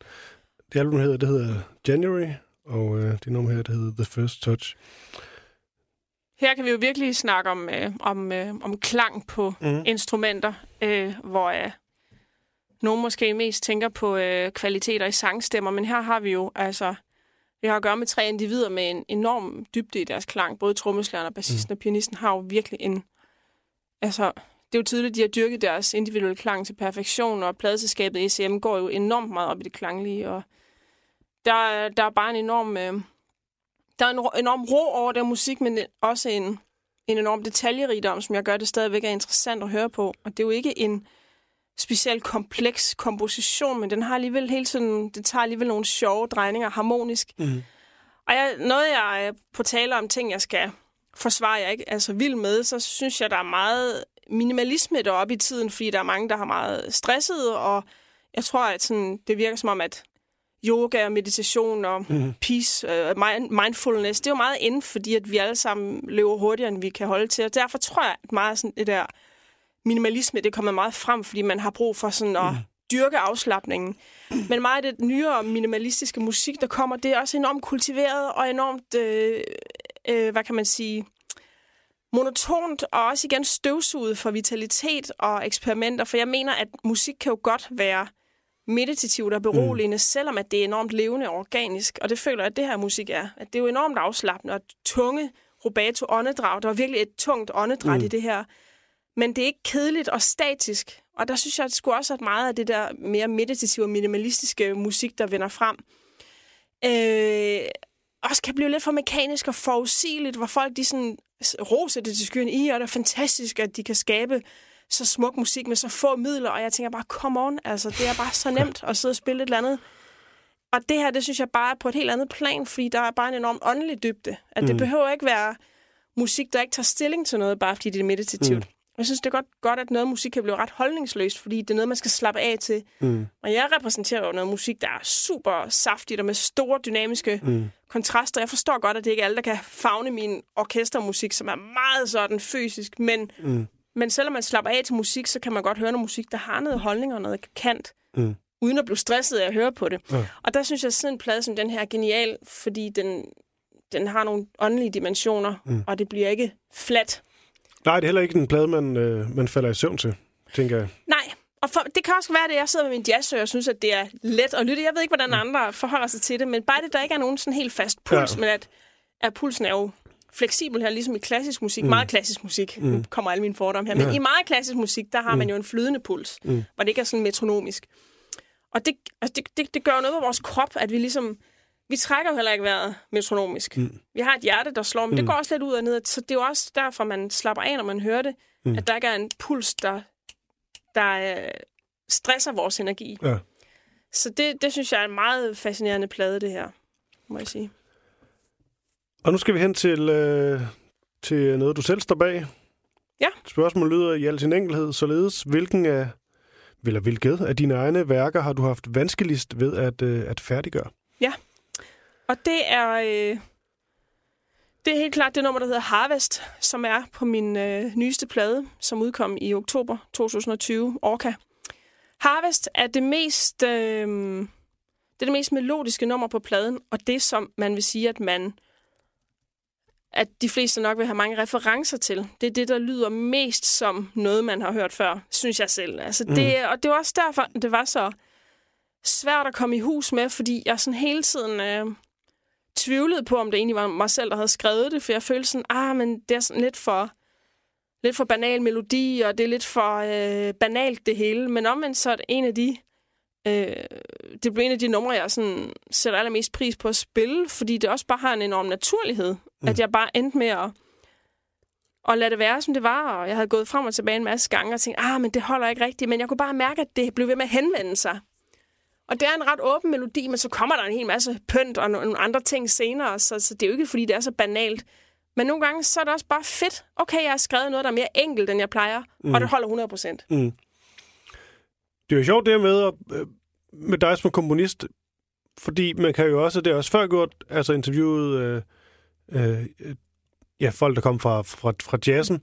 Det album det hedder January, og det nummer her, det hedder The First Touch. Her kan vi jo virkelig snakke om klang på instrumenter, hvor nogen måske mest tænker på kvaliteter i sangstemmer, men her har vi jo vi har at gøre med tre individer med en enorm dybde i deres klang. Både trommeslageren og bassisten og pianisten har jo virkelig det er jo tydeligt, at de har dyrket deres individuelle klang til perfektion, og pladeselskabet ECM går jo enormt meget op i det klanglige, og der er bare en enorm... der er en enorm ro over den musik, men også en enorm detaljerigdom, som jeg gør det stadigvæk er interessant at høre på. Og det er jo ikke en specielt kompleks komposition, men den har alligevel hele tiden, det tager alligevel nogle sjove drejninger harmonisk. Mm. Og noget jeg på tale om ting, jeg skal forsvare, jeg ikke er så vild med, så synes jeg, der er meget minimalisme deroppe i tiden, fordi der er mange, der har meget stresset, og jeg tror, at sådan, det virker som om, at yoga og meditation og peace, mindfulness, det er jo meget inden, fordi at vi alle sammen løber hurtigere, end vi kan holde til. Og derfor tror jeg, at meget sådan det der minimalisme, det kommer meget frem, fordi man har brug for sådan at dyrke afslapningen. Men meget af det nyere minimalistiske musik, der kommer, det er også enormt kultiveret og enormt, hvad kan man sige, monotont og også igen støvsuget for vitalitet og eksperimenter. For jeg mener, at musik kan jo godt være meditativt og beroligende, selvom at det er enormt levende og organisk. Og det føler jeg, at det her musik er. At det er jo enormt afslappende og tunge rubato åndedrag. Der er virkelig et tungt åndedræt i det her. Men det er ikke kedeligt og statisk. Og der synes jeg, at det skulle også have meget af det der mere meditative og minimalistiske musik, der vender frem. Også kan blive lidt for mekanisk og forudsigeligt, hvor folk de sådan roser det til skyen i, og det er fantastisk, at de kan skabe så smuk musik med så få midler, og jeg tænker bare, come on, altså, det er bare så nemt at sidde og spille et eller andet. Og det her, det synes jeg bare er på et helt andet plan, fordi der er bare en enorm åndelig dybde. At det behøver ikke være musik, der ikke tager stilling til noget, bare fordi det er meditativt. Jeg synes, det er godt, at noget musik kan blive ret holdningsløst, fordi det er noget, man skal slappe af til. Og jeg repræsenterer jo noget musik, der er super saftigt og med store dynamiske kontraster. Jeg forstår godt, at det ikke er alle, der kan favne min orkestermusik, som er meget sådan fysisk, men selvom man slapper af til musik, så kan man godt høre noget musik, der har noget holdning og noget kant, uden at blive stresset af at høre på det. Ja. Og der synes jeg, at sådan en plade som den her er genial, fordi den har nogle åndelige dimensioner, og det bliver ikke flat. Nej, det er heller ikke en plade, man falder i søvn til, tænker jeg. Nej, og det kan også være, at jeg sidder med min jazzører og synes, at det er let at lytte. Jeg ved ikke, hvordan andre forholder sig til det, men bare det, der ikke er nogen sådan helt fast puls, men at pulsen er jo fleksibel her, ligesom i klassisk musik. Meget klassisk musik. Nu kommer alle mine fordomme her. Men i meget klassisk musik, der har man jo en flydende puls, hvor det ikke er sådan metronomisk. Og det gør jo noget med vores krop, at vi ligesom... Vi trækker jo heller ikke vejret metronomisk. Vi har et hjerte, der slår, men det går også lidt ud og ned. Så det er jo også derfor, man slapper af, når man hører det. At der ikke er en puls, der stresser vores energi. Ja. Så det synes jeg er en meget fascinerende plade, det her, må jeg sige. Og nu skal vi hen til noget, du selv står bag. Ja. Spørgsmålet lyder i al sin enkelhed således. Hvilket af dine egne værker har du haft vanskeligst ved at færdiggøre? Ja, og det er helt klart det nummer, der hedder Harvest, som er på min nyeste plade, som udkom i oktober 2020, Orca. Harvest er det mest melodiske nummer på pladen, og det som man vil sige, at de fleste nok vil have mange referencer til. Det er det, der lyder mest som noget, man har hørt før, synes jeg selv. Altså og det var også derfor, det var så svært at komme i hus med, fordi jeg sådan hele tiden tvivlede på, om det egentlig var mig selv, der havde skrevet det, for jeg følte sådan, men det er sådan lidt for banal melodi, og det er lidt for banalt det hele. Men omvendt så er det det blev en af de numre, jeg sådan sætter allermest pris på at spille, fordi det også bare har en enorm naturlighed. At jeg bare endte med at lade det være, som det var, og jeg havde gået frem og tilbage en masse gange og tænkt, men det holder ikke rigtigt, men jeg kunne bare mærke, at det blev ved med at henvende sig. Og det er en ret åben melodi, men så kommer der en hel masse pynt og nogle andre ting senere, så det er jo ikke, fordi det er så banalt. Men nogle gange, så er det også bare fedt. Okay, jeg har skrevet noget, der er mere enkelt, end jeg plejer, og det holder 100%. Det er jo sjovt det med dig som komponist, fordi man kan jo også, det er også før gjort, altså interviewet folk, der kom fra jazzen,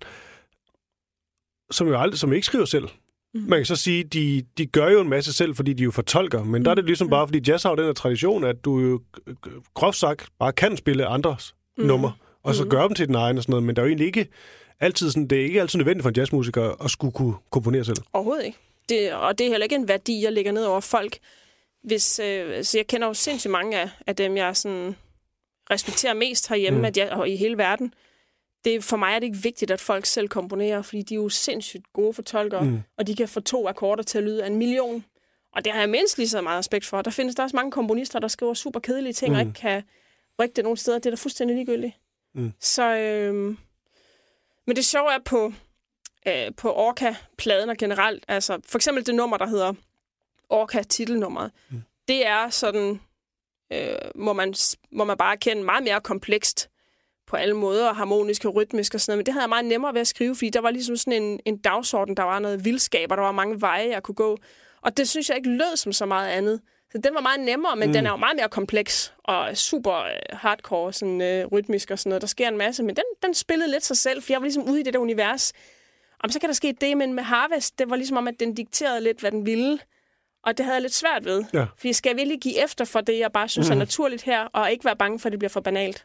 som ikke skriver selv. Man kan så sige, de gør jo en masse selv, fordi de jo fortolker, men der er det ligesom bare, fordi jazz har den her tradition, at du jo groft sagt bare kan spille andres numre, og så gøre dem til den egen og sådan noget, men der er jo egentlig ikke altid sådan, det er ikke altid nødvendigt for en jazzmusiker at skulle kunne komponere selv. Overhovedet ikke. Og det er heller ikke en værdi, jeg lægger ned over folk. Så jeg kender jo sindssygt mange af dem, jeg sådan respekterer mest herhjemme og i hele verden. for mig er det ikke vigtigt, at folk selv komponerer, fordi de er jo sindssygt gode fortolkere, og de kan få 2 akkorder til at lyde af 1 million. Og det har jeg mindst lige så meget respekt for. Der findes der også mange komponister, der skriver super kedelige ting, og ikke kan rykke det nogle steder. Det er da fuldstændig ligegyldigt. Så, men det sjove er på Orca-pladen og generelt, altså for eksempel det nummer, der hedder Orca-titelnummeret, det er sådan, må man bare erkende, meget mere komplekst på alle måder, harmonisk og rytmisk og sådan noget. Men det havde jeg meget nemmere ved at skrive, fordi der var ligesom sådan en dagsorden, der var noget vildskab, og der var mange veje, jeg kunne gå. Og det synes jeg ikke lød som så meget andet. Så den var meget nemmere, men den er jo meget mere kompleks og super hardcore, sådan rytmisk og sådan noget. Der sker en masse, men den spillede lidt sig selv, for jeg var ligesom ude i det der univers. Og så kan der ske det, men med Harvest, det var ligesom om, at den dikterede lidt, hvad den ville. Og det havde jeg lidt svært ved. Ja. Fordi skal jeg virkelig give efter for det, jeg bare synes er naturligt her, og ikke være bange for, at det bliver for banalt.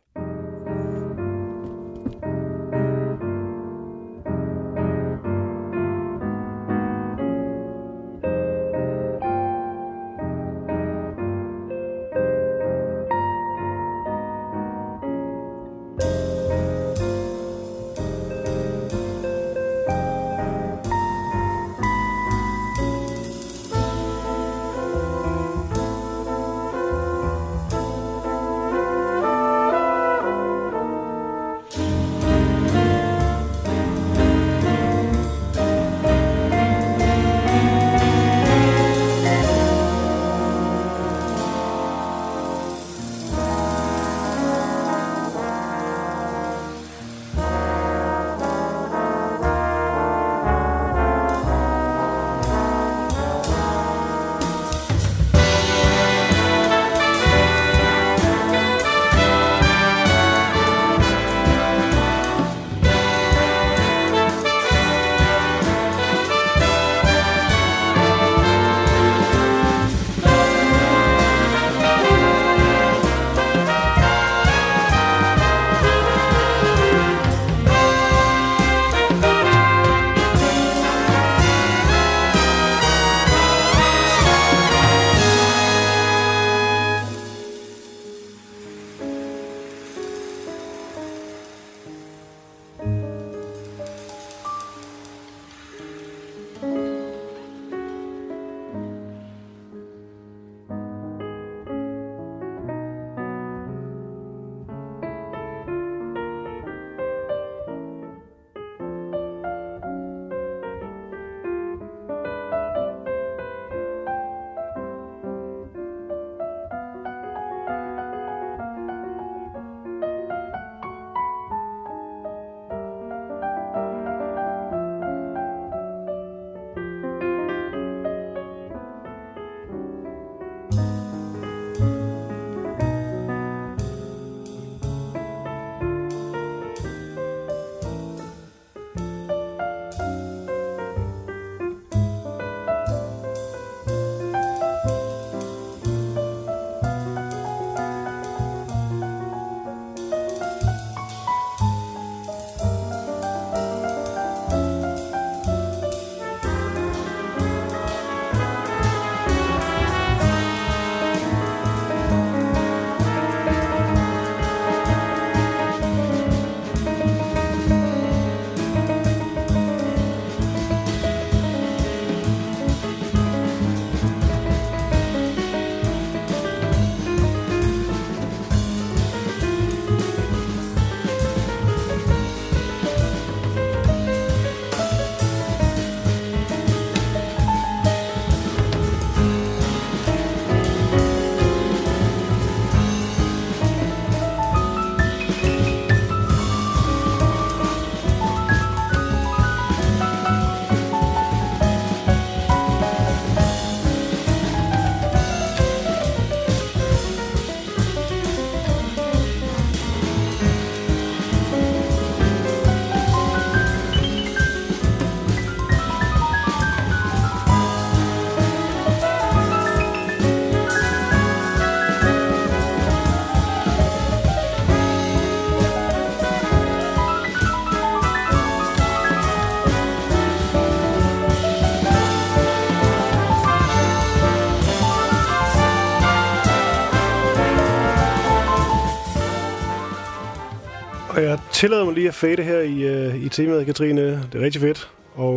Og jeg tillader mig lige at fade her i temaet, Katrine. Det er rigtig fedt. Og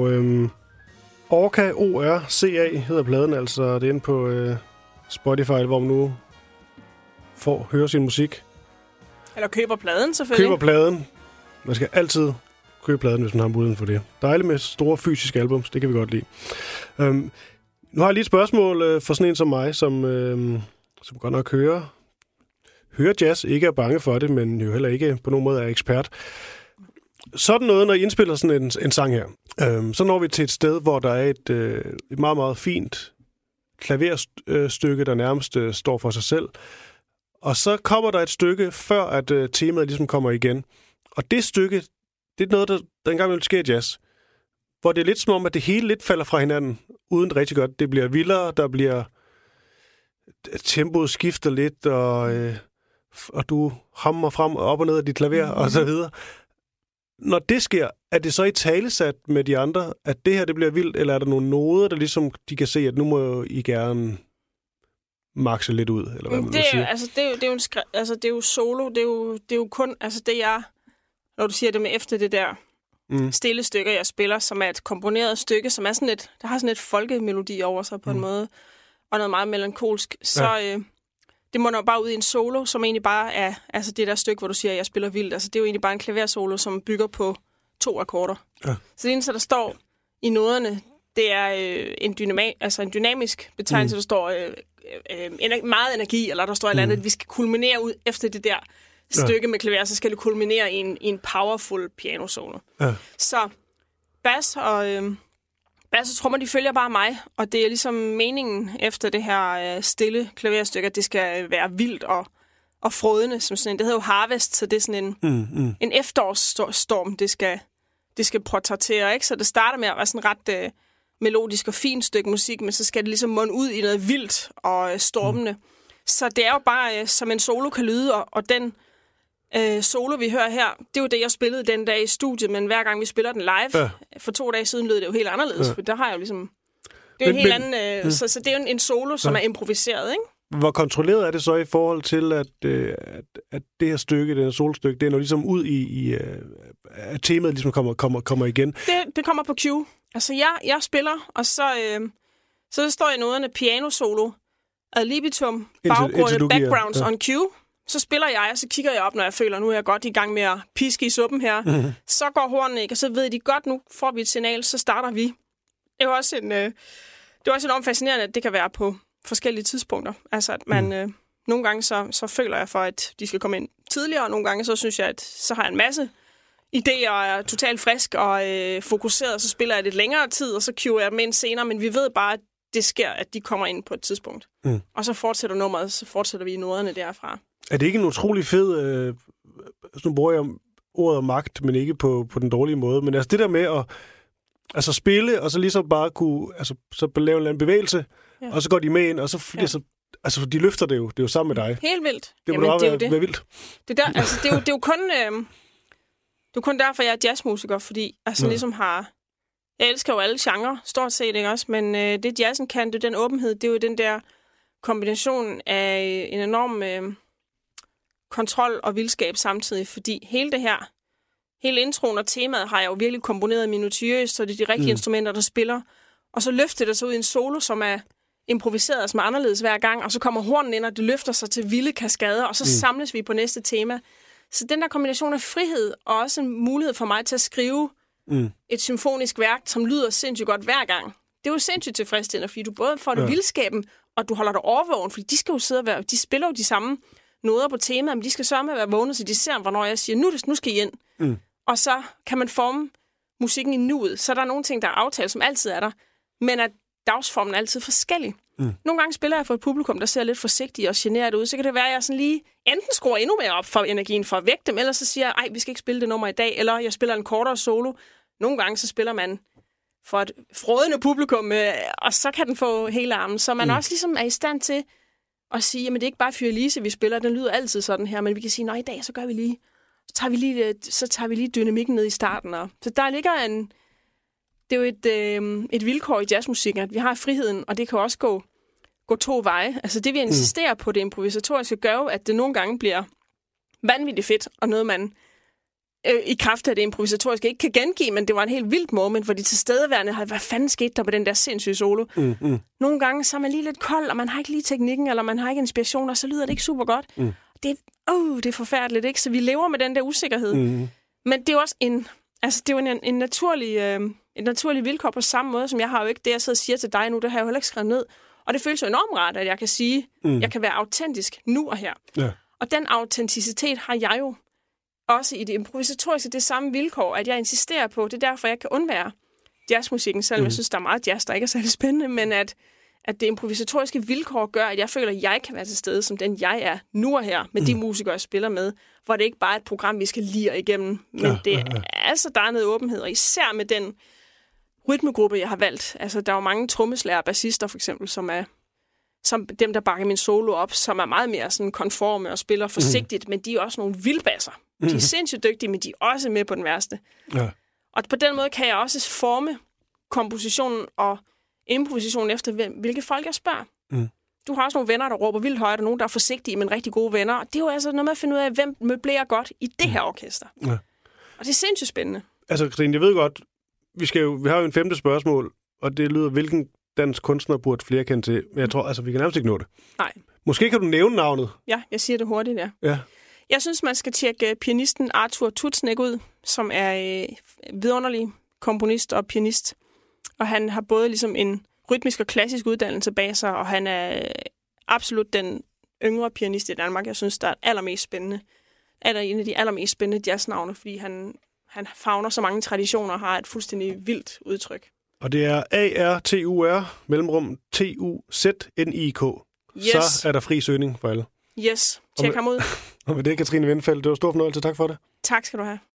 Orca, O-R-C-A hedder pladen, altså det er inde på Spotify, hvor man nu får høre sin musik. Eller køber pladen, selvfølgelig. Køber pladen. Man skal altid købe pladen, hvis man har muligheden for det. Dejligt med store fysiske albums, det kan vi godt lide. Nu har jeg lige et spørgsmål for sådan en som mig, som godt nok hører jazz, ikke er bange for det, men jo heller ikke på nogen måde er ekspert. Sådan noget, når I indspiller sådan en sang her, så når vi til et sted, hvor der er et meget, meget fint klaverstykke, der nærmest står for sig selv. Og så kommer der et stykke, før at temaet ligesom kommer igen. Og det stykke, det er noget, der engang vil ske i jazz. Hvor det er lidt som om, at det hele lidt falder fra hinanden, uden det rigtig godt. Det bliver vildere, der bliver tempoet skifter lidt, og du hammer frem og op og ned af dit klaver, og så videre. Når det sker, er det så i talesat med de andre, at det her det bliver vildt, eller er der nogle noder, der ligesom de kan se, at nu må I gerne makse lidt ud, eller hvad man det siger? Altså, det er jo solo, det er jo kun, altså det jeg, når du siger det med efter det der stille stykker, jeg spiller, som er et komponeret stykke, som er sådan et, der har sådan et folkemelodi over sig på en måde, og noget meget melankolsk, så det munder bare ud i en solo, som egentlig bare er, altså det der stykke, hvor du siger, at jeg spiller vildt, altså det er jo egentlig bare en klaversolo, som bygger på 2 akkorder. Ja. Så det eneste, der står i noderne, det er en dynamisk betegnelse, der står meget energi, eller der står et eller andet, at vi skal kulminere ud efter det der stykke med klaver, så skal det kulminere i en powerful pianosolo. Ja. Så bass og trommer, de følger bare mig, og det er ligesom meningen efter det her stille klaverstykke, at det skal være vildt og frådende, som sådan en, det hedder jo Harvest, så det er sådan en efterårsstorm, det skal portrættere, ikke? Så det starter med at være sådan ret melodisk og fint stykke musik, men så skal det ligesom munde ud i noget vildt og stormende. Så det er jo bare, som en solo kan lyde, og den solo, vi hører her, det er jo det, jeg spillede den dag i studiet, men hver gang vi spiller den live, for 2 dage siden lød det jo helt anderledes, for der har jeg jo ligesom... Det er jo en helt anden... Så det er jo en solo, som er improviseret, ikke? Hvor kontrolleret er det så i forhold til, at det her stykke, det her solostykke, det er noget ligesom ud i at temaet ligesom kommer igen? Det kommer på cue. Altså, jeg spiller, og så står i noderne piano solo, ad libitum, baggrunde, backgrounds on cue. Så spiller jeg, og så kigger jeg op, når jeg føler, nu er jeg godt i gang med at piske i suppen her. Mm-hmm. Så går hornene ikke, og så ved de godt, nu får vi et signal, så starter vi. Det er jo også enormt fascinerende, at det kan være på forskellige tidspunkter. Altså, at man nogle gange så føler jeg for, at de skal komme ind tidligere, og nogle gange så synes jeg, at så har jeg en masse idéer, og er totalt frisk og fokuseret, og så spiller jeg lidt længere tid, og så cueer jeg dem ind senere, men vi ved bare, at det sker, at de kommer ind på et tidspunkt. Og så fortsætter nummeret, så fortsætter vi i noderne derfra. Er det ikke en utrolig fed... nu bruger jeg ordet magt, men ikke på den dårlige måde, men altså det der med at spille, og så ligesom bare kunne så lave en eller anden bevægelse, og så går de med ind, og så altså de løfter det er jo sammen med dig. Helt vildt. Det må være vildt. Det der, altså det er jo kun... Det er kun derfor, jeg er jazzmusiker, fordi altså ligesom har... Jeg elsker jo alle genrer, stort set, ikke også? Men det jazzen kan, det er den åbenhed, det er jo den der kombination af en enorm kontrol og vildskab samtidig, fordi hele introen og temaet har jeg jo virkelig komponeret minutiøst, så det er de rigtige instrumenter, der spiller. Og så løfter det så ud i en solo, som er improviseret, som er anderledes hver gang, og så kommer hornen ind, og det løfter sig til vilde kaskader, og så samles vi på næste tema. Så den der kombination af frihed, og også en mulighed for mig til at skrive et symfonisk værk, som lyder sindssygt godt hver gang. Det er jo sindssygt tilfredsstillende, fordi du både får det vildskaben, og du holder dig overvågen, fordi de skal jo sidde og de spiller jo de samme noder på temaet, men de skal sørge med at være vågne, så de ser, hvornår jeg siger, nu skal I ind. Og så kan man forme musikken i nuet. Så der er nogle ting, der er aftalt, som altid er der, men at dagsformen er altid forskellig. Nogle gange spiller jeg for et publikum, der ser lidt forsigtigt og generet ud, så kan det være, at jeg sådan lige enten skruer endnu mere op for energien for at vække dem, eller så siger jeg, vi skal ikke spille det nummer i dag, eller jeg spiller en kortere solo. Nogle gange så spiller man for et frådende publikum, og så kan den få hele armen. Så man også ligesom er i stand til at sige, jamen det er ikke bare Fyr Elise, vi spiller, den lyder altid sådan her, men vi kan sige, i dag så gør vi lige, så tager vi lige dynamikken ned i starten. Og så der ligger det er jo et vilkår i jazzmusikken, at vi har friheden, og det kan også gå 2 veje. Altså det, vi insisterer på, det improvisatoriske, gør jo, at det nogle gange bliver vanvittigt fedt, og noget, man i kraft af det improvisatoriske ikke kan gengive, men det var en helt vildt moment, hvor de tilstedeværende havde, hvad fanden skete der på den der sindssyge solo? Nogle gange så er man lige lidt kold, og man har ikke lige teknikken, eller man har ikke inspiration, og så lyder det ikke super godt. Det er forfærdeligt, ikke? Så vi lever med den der usikkerhed. Men det er også en naturlig vilkår på samme måde, som jeg har jo ikke det, jeg sidder og siger til dig nu, det har jeg jo heller ikke skrevet ned. Og det føles jo enormt rart, at jeg kan sige, jeg kan være autentisk nu og her. Ja. Og den autenticitet har jeg jo også i det improvisatoriske, det samme vilkår, at jeg insisterer på. Det er derfor, jeg kan undvære jazzmusikken, selvom jeg synes, der er meget jazz, der ikke er særlig spændende, men at det improvisatoriske vilkår gør, at jeg føler, at jeg kan være til stede, som den jeg er nu og her, med de musikere, jeg spiller med, hvor det ikke bare er et program, vi skal lire igennem, men det er altså, der er noget åbenhed, og især med den rytmegruppe, jeg har valgt. Altså, der er jo mange trommeslager og bassister, for eksempel, som dem, der bakker min solo op, som er meget mere sådan konforme og spiller forsigtigt, men de er også nogle vildbasser. De er sindssygt dygtige, men de er også med på den værste. Ja. Og på den måde kan jeg også forme kompositionen og improvisationen efter, hvilke folk jeg spørger. Du har også nogle venner, der råber vildt højt, og nogen, der er forsigtige, men rigtig gode venner. Og det er jo altså noget med at finde ud af, hvem møblerer godt i det her orkester. Ja. Og det er sindssygt spændende. Altså, Katrine, jeg ved godt, vi har jo en 5. spørgsmål, og det lyder, hvilken dansk kunstner burde flere kende til. Men jeg tror, altså, vi kan nærmest ikke nå det. Nej. Måske kan du nævne navnet. Ja, jeg siger det hurtigt, ja. Jeg synes, man skal tjekke pianisten Arthur Tutzneck ud, som er vidunderlig komponist og pianist. Og han har både ligesom en rytmisk og klassisk uddannelse bag sig, og han er absolut den yngre pianist i Danmark, jeg synes, der er allermest spændende. En af de allermest spændende jazznavne, fordi han favner så mange traditioner og har et fuldstændig vildt udtryk. Og det er ARTUR, mellemrum TUZNIK. Yes. Så er der fri søgning for alle. Yes, tjek ham ud. Og med det, Katrine Windfeldt, det var stor fornøjelse. Tak for det. Tak skal du have.